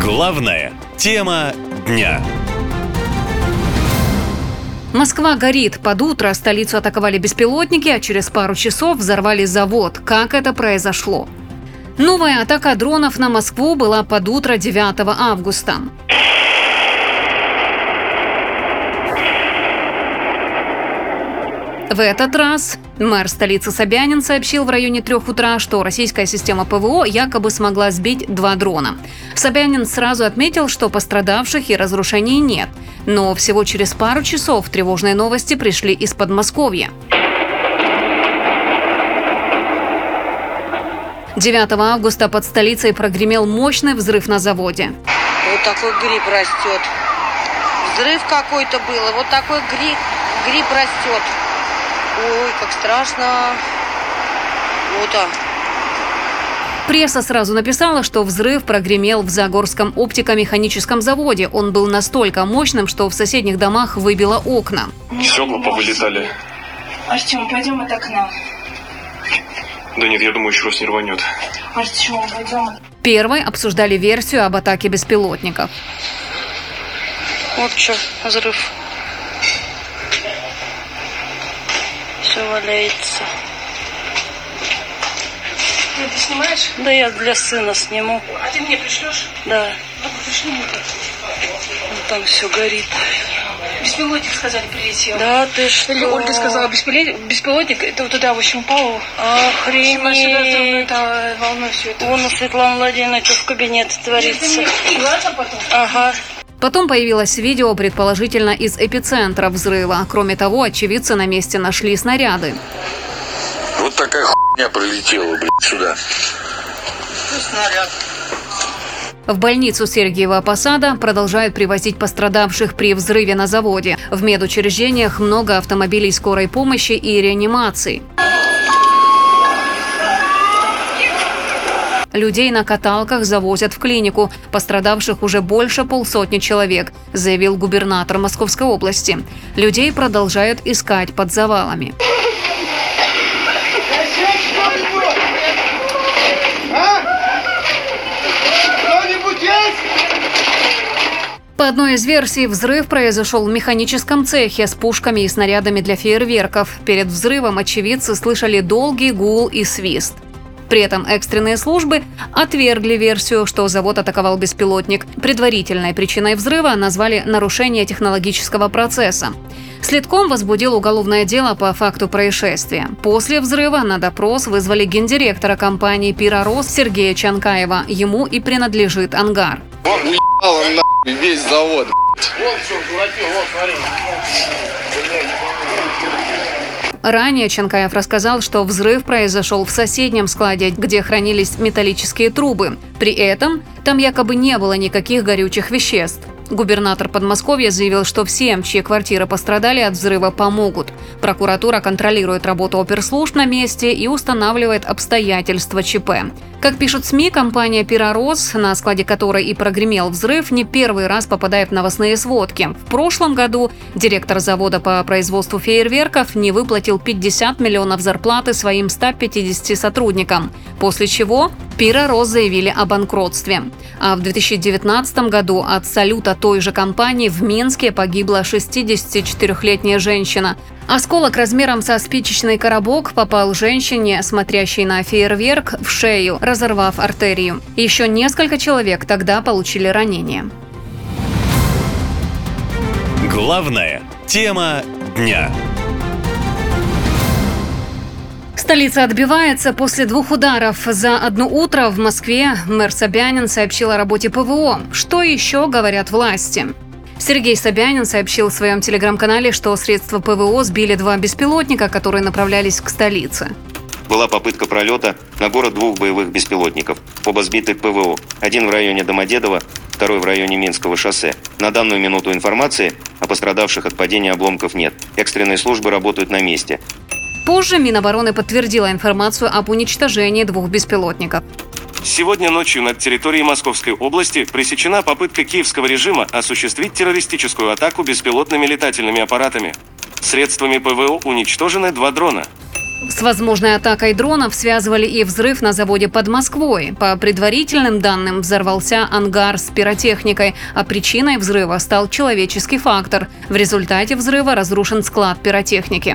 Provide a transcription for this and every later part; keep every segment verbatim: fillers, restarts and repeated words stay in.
Главная тема дня. Москва горит. Под утро столицу атаковали беспилотники, а через пару часов взорвали завод. Как это произошло? Новая атака дронов на Москву была под утро девятого августа. В этот раз мэр столицы Собянин сообщил в районе трех утра, что российская система ПВО якобы смогла сбить два дрона. Собянин сразу отметил, что пострадавших и разрушений нет. Но всего через пару часов тревожные новости пришли из Подмосковья. девятого августа под столицей прогремел мощный взрыв на заводе. Вот такой гриб растет. Взрыв какой-то был, вот такой гриб, гриб растет. Ой, как страшно. Вот так. Пресса сразу написала, что взрыв прогремел в Загорском оптико-механическом заводе. Он был настолько мощным, что в соседних домах выбило окна. Стекла повылетали. Артем, пойдем от окна. Да нет, я думаю, еще раз не рванет. Артем, пойдем. Первой обсуждали версию об атаке беспилотников. Вот что, взрыв. Все валяется. Ты это снимаешь? Да я для сына сниму. А ты мне пришлешь? Да. Ну, пришли мне. Вот там все горит. Беспилотник, сказали, прилетел. Да ты что? Или Ольга сказала, беспилотник, беспилотник это вот туда, в общем, упал. Охренеть. Это волной все это. Вон у Светланы Владимировны что в кабинете творится. Ладно потом? Ага. Потом появилось видео, предположительно, из эпицентра взрыва. Кроме того, очевидцы на месте нашли снаряды. Вот такая хуйня прилетела, блядь, сюда. Снаряд. В больницу Сергиева Посада продолжают привозить пострадавших при взрыве на заводе. В медучреждениях много автомобилей скорой помощи и реанимации. Людей на каталках завозят в клинику. Пострадавших уже больше полсотни человек, заявил губернатор Московской области. Людей продолжают искать под завалами. По одной из версий, взрыв произошел в механическом цехе с пушками и снарядами для фейерверков. Перед взрывом очевидцы слышали долгий гул и свист. При этом экстренные службы отвергли версию, что завод атаковал беспилотник. Предварительной причиной взрыва назвали нарушение технологического процесса. Следком возбудил уголовное дело по факту происшествия. После взрыва на допрос вызвали гендиректора компании «Пиророс» Сергея Чанкаева. Ему и принадлежит ангар. Он уебал он нахуй весь завод. Ранее Чанкаев рассказал, что взрыв произошел в соседнем складе, где хранились металлические трубы. При этом там якобы не было никаких горючих веществ. Губернатор Подмосковья заявил, что всем, чьи квартиры пострадали от взрыва, помогут. Прокуратура контролирует работу оперслужб на месте и устанавливает обстоятельства ЧП. Как пишут СМИ, компания «Пиророс», на складе которой и прогремел взрыв, не первый раз попадает в новостные сводки. В прошлом году директор завода по производству фейерверков не выплатил пятьдесят миллионов зарплаты своим ста пятидесяти сотрудникам, после чего «Пиророс» заявили о банкротстве. А в две тысячи девятнадцатом году от салюта той же компании в Минске погибла шестидесятичетырёхлетняя женщина. Осколок размером со спичечный коробок попал женщине, смотрящей на фейерверк, в шею, разорвав артерию. Еще несколько человек тогда получили ранения. Главная тема дня. Столица отбивается после двух ударов. За одно утро в Москве мэр Собянин сообщил о работе ПВО. Что еще говорят власти? Сергей Собянин сообщил в своем телеграм-канале, что средства ПВО сбили два беспилотника, которые направлялись к столице. Была попытка пролета на город двух боевых беспилотников. Оба сбиты ПВО. Один в районе Домодедово, второй в районе Минского шоссе. На данную минуту информации о пострадавших от падения обломков нет. Экстренные службы работают на месте. Позже Минобороны подтвердила информацию об уничтожении двух беспилотников. Сегодня ночью над территорией Московской области пресечена попытка киевского режима осуществить террористическую атаку беспилотными летательными аппаратами. Средствами ПВО уничтожены два дрона. С возможной атакой дронов связывали и взрыв на заводе под Москвой. По предварительным данным, взорвался ангар с пиротехникой, а причиной взрыва стал человеческий фактор. В результате взрыва разрушен склад пиротехники.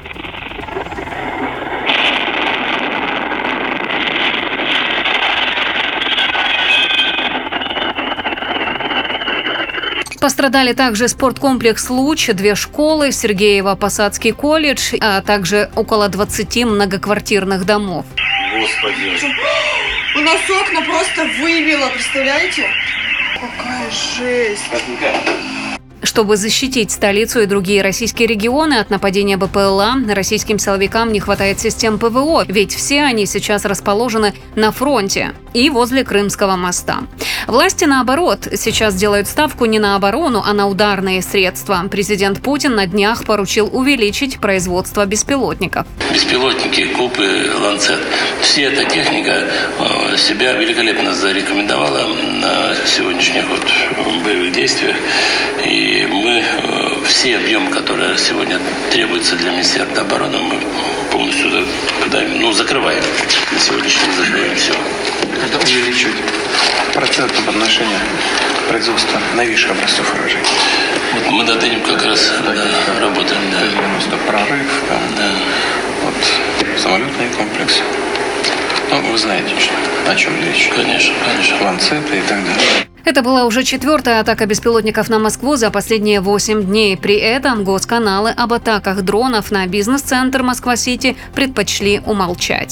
Пострадали также спорткомплекс «Луч», две школы, Сергеево-Посадский колледж, а также около двадцати многоквартирных домов. Господи. У нас окна просто выбило, представляете? Какая жесть. Чтобы защитить столицу и другие российские регионы от нападения БПЛА, российским силовикам не хватает систем ПВО, ведь все они сейчас расположены на фронте и возле Крымского моста. Власти, наоборот, сейчас делают ставку не на оборону, а на ударные средства. Президент Путин на днях поручил увеличить производство беспилотников. Беспилотники, Купы, Ланцет. Все эта техника себя великолепно зарекомендовала на сегодняшних вот боевых действиях. И мы все объемы, которые сегодня требуются для Министерства обороны, мы полностью ну, закрываем. На сегодняшний день закрываем все. Это увеличивать процентное отношение производства новейших образцов оружия. Вот мы над этим как раз да, работаем. Да. девяносто прорыв, да. Вот, самолетный комплекс. Ну, вы знаете, о чем речь. Конечно, конечно. Ланцеты и так далее. Это была уже четвертая атака беспилотников на Москву за последние восемь дней. При этом госканалы об атаках дронов на бизнес-центр Москва-Сити предпочли умолчать.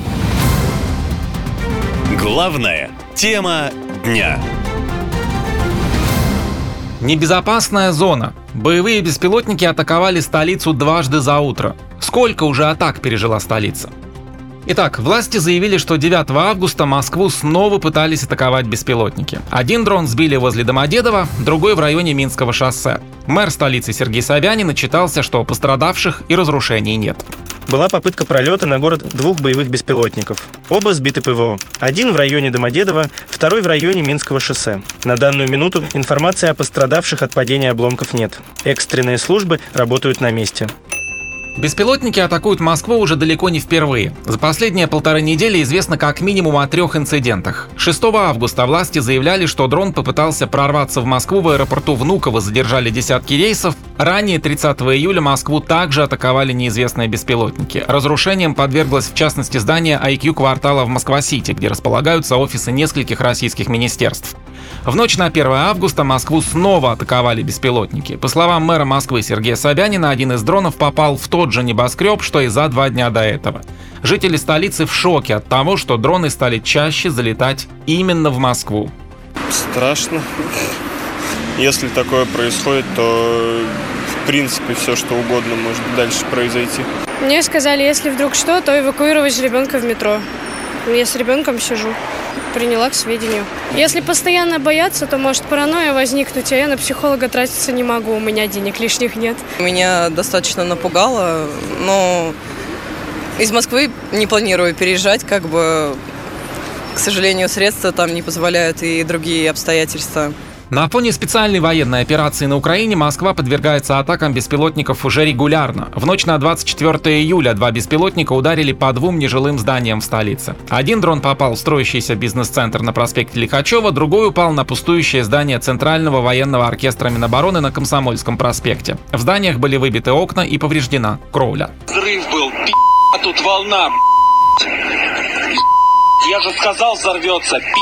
Главная тема дня. Небезопасная зона. Боевые беспилотники атаковали столицу дважды за утро. Сколько уже атак пережила столица? Итак, власти заявили, что девятого августа Москву снова пытались атаковать беспилотники. Один дрон сбили возле Домодедово, другой в районе Минского шоссе. Мэр столицы Сергей Собянин отчитался, что пострадавших и разрушений нет. Была попытка пролета на город двух боевых беспилотников. Оба сбиты ПВО. Один в районе Домодедово, второй в районе Минского шоссе. На данную минуту информации о пострадавших от падения обломков нет. Экстренные службы работают на месте. Беспилотники атакуют Москву уже далеко не впервые. За последние полторы недели известно как минимум о трех инцидентах. шестого августа власти заявляли, что дрон попытался прорваться в Москву. В аэропорту Внуково задержали десятки рейсов. Ранее, тридцатого июля, Москву также атаковали неизвестные беспилотники. Разрушением подверглось в частности здание ай кью квартала в Москва-Сити, где располагаются офисы нескольких российских министерств. В ночь на первое августа Москву снова атаковали беспилотники. По словам мэра Москвы Сергея Собянина, один из дронов попал в тот же небоскреб, что и за два дня до этого. Жители столицы в шоке от того, что дроны стали чаще залетать именно в Москву. Страшно. Если такое происходит, то в принципе все что угодно может дальше произойти. Мне сказали, если вдруг что, то эвакуировать ребенка в метро. Я с ребенком сижу. Приняла к сведению. Если постоянно бояться, то может паранойя возникнуть, а я на психолога тратиться не могу, у меня денег лишних нет. Меня достаточно напугало, но из Москвы не планирую переезжать, как бы, к сожалению, средства там не позволяют и другие обстоятельства. На фоне специальной военной операции на Украине Москва подвергается атакам беспилотников уже регулярно. В ночь на двадцать четвёртое июля два беспилотника ударили по двум нежилым зданиям в столице. Один дрон попал в строящийся бизнес-центр на проспекте Лихачева, другой упал на пустующее здание Центрального военного оркестра Минобороны на Комсомольском проспекте. В зданиях были выбиты окна и повреждена кровля. Взрыв был, пи***, а тут волна, пи***. Я же сказал, взорвется, пи***.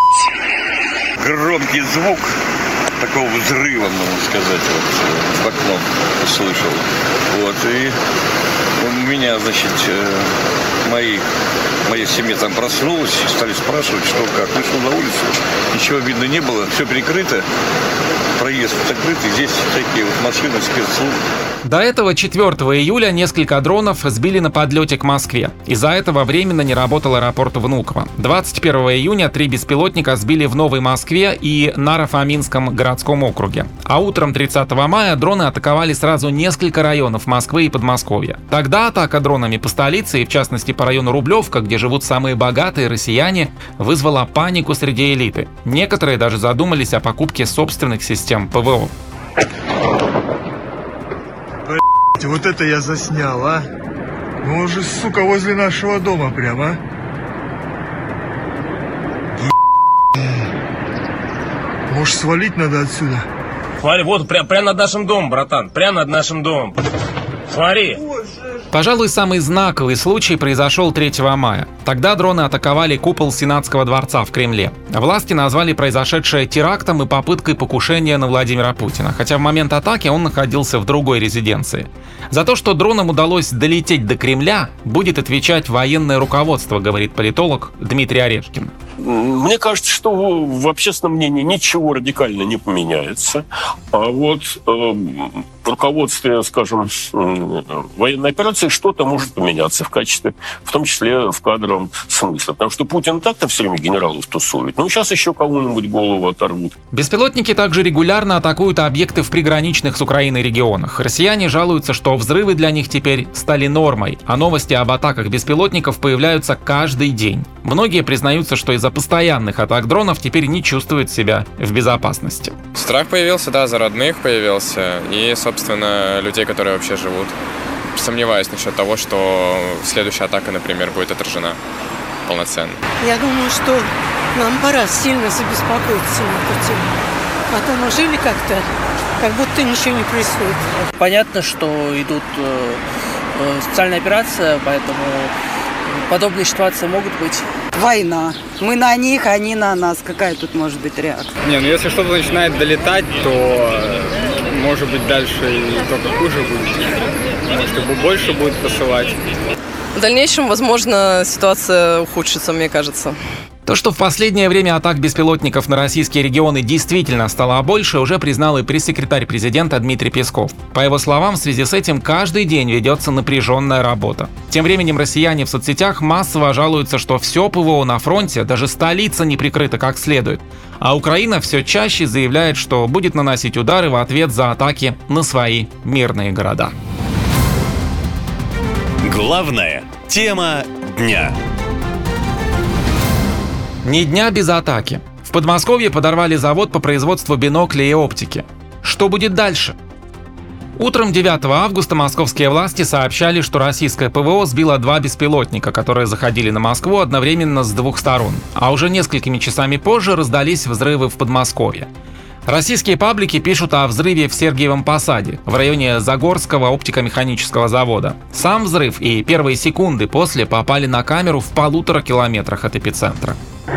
Громкий звук такого взрыва, можно сказать, вот в окно услышал. Вот, и у меня, значит, мои, моя семья там проснулась, стали спрашивать, что как. Вышел на улицу, ничего видно не было, все перекрыто, проезд закрытый, здесь такие вот машины спецслужб. До этого четвёртого июля несколько дронов сбили на подлете к Москве. Из-за этого временно не работал аэропорт Внуково. двадцать первого июня три беспилотника сбили в Новой Москве и Наро-Фоминском городском округе. А утром тридцатого мая дроны атаковали сразу несколько районов Москвы и Подмосковья. Тогда атака дронами по столице, и в частности по району Рублевка, где живут самые богатые россияне, вызвала панику среди элиты. Некоторые даже задумались о покупке собственных систем ПВО. Вот это я заснял, а? Ну он же, сука, возле нашего дома прямо. Может, свалить надо отсюда? Смотри, вот прям, прям над нашим домом, братан. Прям над нашим домом. Смотри. Пожалуй, самый знаковый случай произошел третьего мая. Тогда дроны атаковали купол Сенатского дворца в Кремле. Власти назвали произошедшее терактом и попыткой покушения на Владимира Путина, хотя в момент атаки он находился в другой резиденции. За то, что дронам удалось долететь до Кремля, будет отвечать военное руководство, говорит политолог Дмитрий Орешкин. Мне кажется, что в общественном мнении ничего радикально не поменяется. А вот э, в руководстве, скажем, э, военной операции что-то может поменяться в качестве, в том числе в кадровом смысле. Потому что Путин так-то все время генералов тусует. Ну, сейчас еще кому-нибудь голову оторвут. Беспилотники также регулярно атакуют объекты в приграничных с Украиной регионах. Россияне жалуются, что взрывы для них теперь стали нормой, а новости об атаках беспилотников появляются каждый день. Многие признаются, что из-за постоянных атак дронов теперь не чувствуют себя в безопасности. Страх появился, да, за родных появился и, собственно, людей, которые вообще живут. Сомневаюсь насчет того, что следующая атака, например, будет отражена полноценно. Я думаю, что нам пора сильно забеспокоиться на эту тему. А то мы жили как-то, как будто ничего не происходит. Понятно, что идут э, э, специальная операция, поэтому подобные ситуации могут быть. Война. Мы на них, они на нас. Какая тут может быть реакция? Не, ну если что-то начинает долетать, то может быть дальше и только хуже будет. Может, и больше будет посылать. В дальнейшем, возможно, ситуация ухудшится, мне кажется. То, что в последнее время атак беспилотников на российские регионы действительно стало больше, уже признал и пресс-секретарь президента Дмитрий Песков. По его словам, в связи с этим каждый день ведется напряженная работа. Тем временем россияне в соцсетях массово жалуются, что все ПВО на фронте, даже столица не прикрыта как следует. А Украина все чаще заявляет, что будет наносить удары в ответ за атаки на свои мирные города. Главная тема дня. Ни дня без атаки. В Подмосковье подорвали завод по производству биноклей и оптики. Что будет дальше? Утром девятого августа московские власти сообщали, что российское ПВО сбило два беспилотника, которые заходили на Москву одновременно с двух сторон. А уже несколькими часами позже раздались взрывы в Подмосковье. Российские паблики пишут о взрыве в Сергиевом Посаде, в районе Загорского оптико-механического завода. Сам взрыв и первые секунды после попали на камеру в полутора километрах от эпицентра.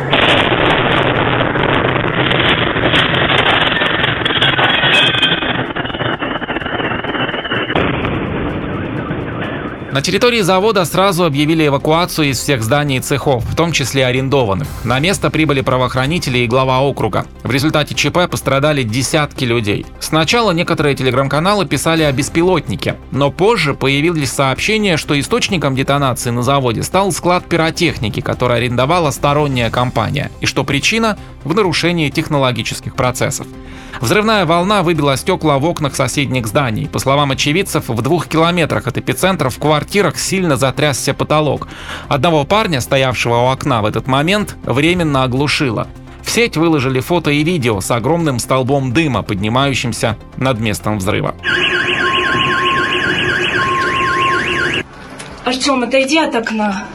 На территории завода сразу объявили эвакуацию из всех зданий и цехов, в том числе арендованных. На место прибыли правоохранители и глава округа. В результате ЧП пострадали десятки людей. Сначала некоторые телеграм-каналы писали о беспилотнике, но позже появились сообщения, что источником детонации на заводе стал склад пиротехники, который арендовала сторонняя компания, и что причина в нарушении технологических процессов. Взрывная волна выбила стекла в окнах соседних зданий. По словам очевидцев, в двух километрах от эпицентра в квартирах сильно затрясся потолок. Одного парня, стоявшего у окна в этот момент, временно оглушило. В сеть выложили фото и видео с огромным столбом дыма, поднимающимся над местом взрыва. Артем, отойди от окна.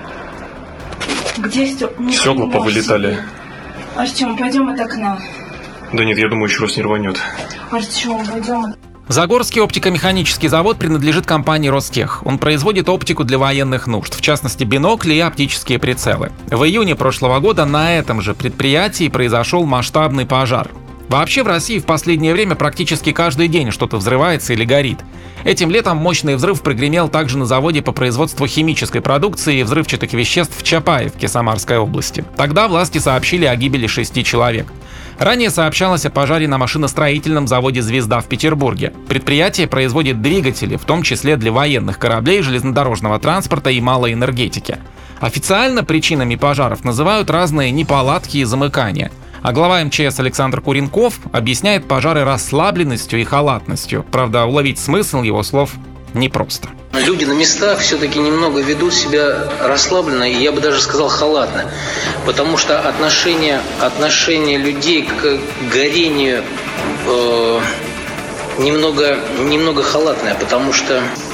Где стекла? Стекла повылетали. Артем, пойдем от окна. Да нет, я думаю, еще раз не рванет. Артем, пойдем. Загорский оптико-механический завод принадлежит компании Ростех. Он производит оптику для военных нужд, в частности бинокли и оптические прицелы. В июне прошлого года на этом же предприятии произошел масштабный пожар. Вообще в России в последнее время практически каждый день что-то взрывается или горит. Этим летом мощный взрыв прогремел также на заводе по производству химической продукции и взрывчатых веществ в Чапаевке Самарской области. Тогда власти сообщили о гибели шести человек. Ранее сообщалось о пожаре на машиностроительном заводе «Звезда» в Петербурге. Предприятие производит двигатели, в том числе для военных кораблей, железнодорожного транспорта и малой энергетики. Официально причинами пожаров называют разные неполадки и замыкания. А глава эм че эс Александр Куренков объясняет пожары расслабленностью и халатностью. Правда, уловить смысл его слов непросто. Люди на местах все-таки немного ведут себя расслабленно, и я бы даже сказал халатно, потому что отношение, отношение людей к горению э, немного, немного халатное, потому что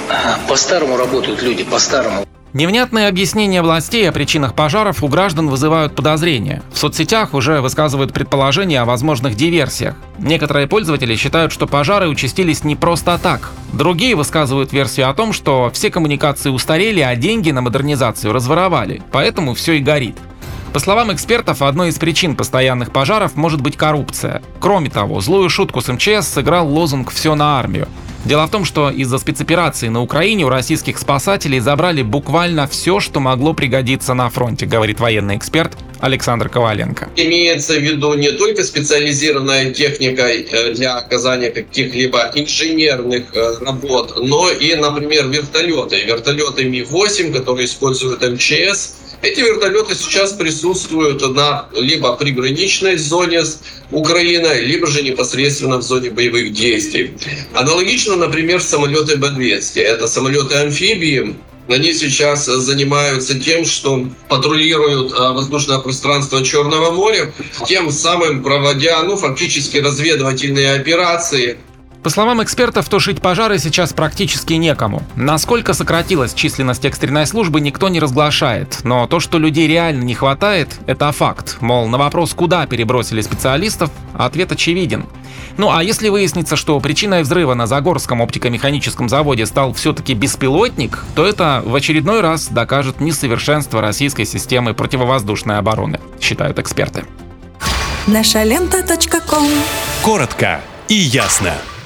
По-старому работают люди, по-старому. Невнятные объяснения властей о причинах пожаров у граждан вызывают подозрения. В соцсетях уже высказывают предположения о возможных диверсиях. Некоторые пользователи считают, что пожары участились не просто так. Другие высказывают версию о том, что все коммуникации устарели, а деньги на модернизацию разворовали, поэтому все и горит. По словам экспертов, одной из причин постоянных пожаров может быть коррупция. Кроме того, злую шутку с эм че эс сыграл лозунг «Все на армию». Дело в том, что из-за спецоперации на Украине у российских спасателей забрали буквально все, что могло пригодиться на фронте, говорит военный эксперт Александр Коваленко. Имеется в виду не только специализированная техника для оказания каких-либо инженерных работ, но и, например, вертолеты. Вертолеты Ми восемь, которые используют эм че эс. Эти вертолеты сейчас присутствуют на либо приграничной зоне с Украиной, либо же непосредственно в зоне боевых действий. Аналогично, например, самолеты Бэ двести. Это самолеты-амфибии. Они сейчас занимаются тем, что патрулируют воздушное пространство Черного моря, тем самым проводя, ну, фактически разведывательные операции. По словам экспертов, тушить пожары сейчас практически некому. Насколько сократилась численность экстренной службы, никто не разглашает. Но то, что людей реально не хватает, это факт. Мол, на вопрос, куда перебросили специалистов, ответ очевиден. Ну а если выяснится, что причиной взрыва на Загорском оптико-механическом заводе стал все-таки беспилотник, то это в очередной раз докажет несовершенство российской системы противовоздушной обороны, считают эксперты. наша лента точка ком. Коротко и ясно.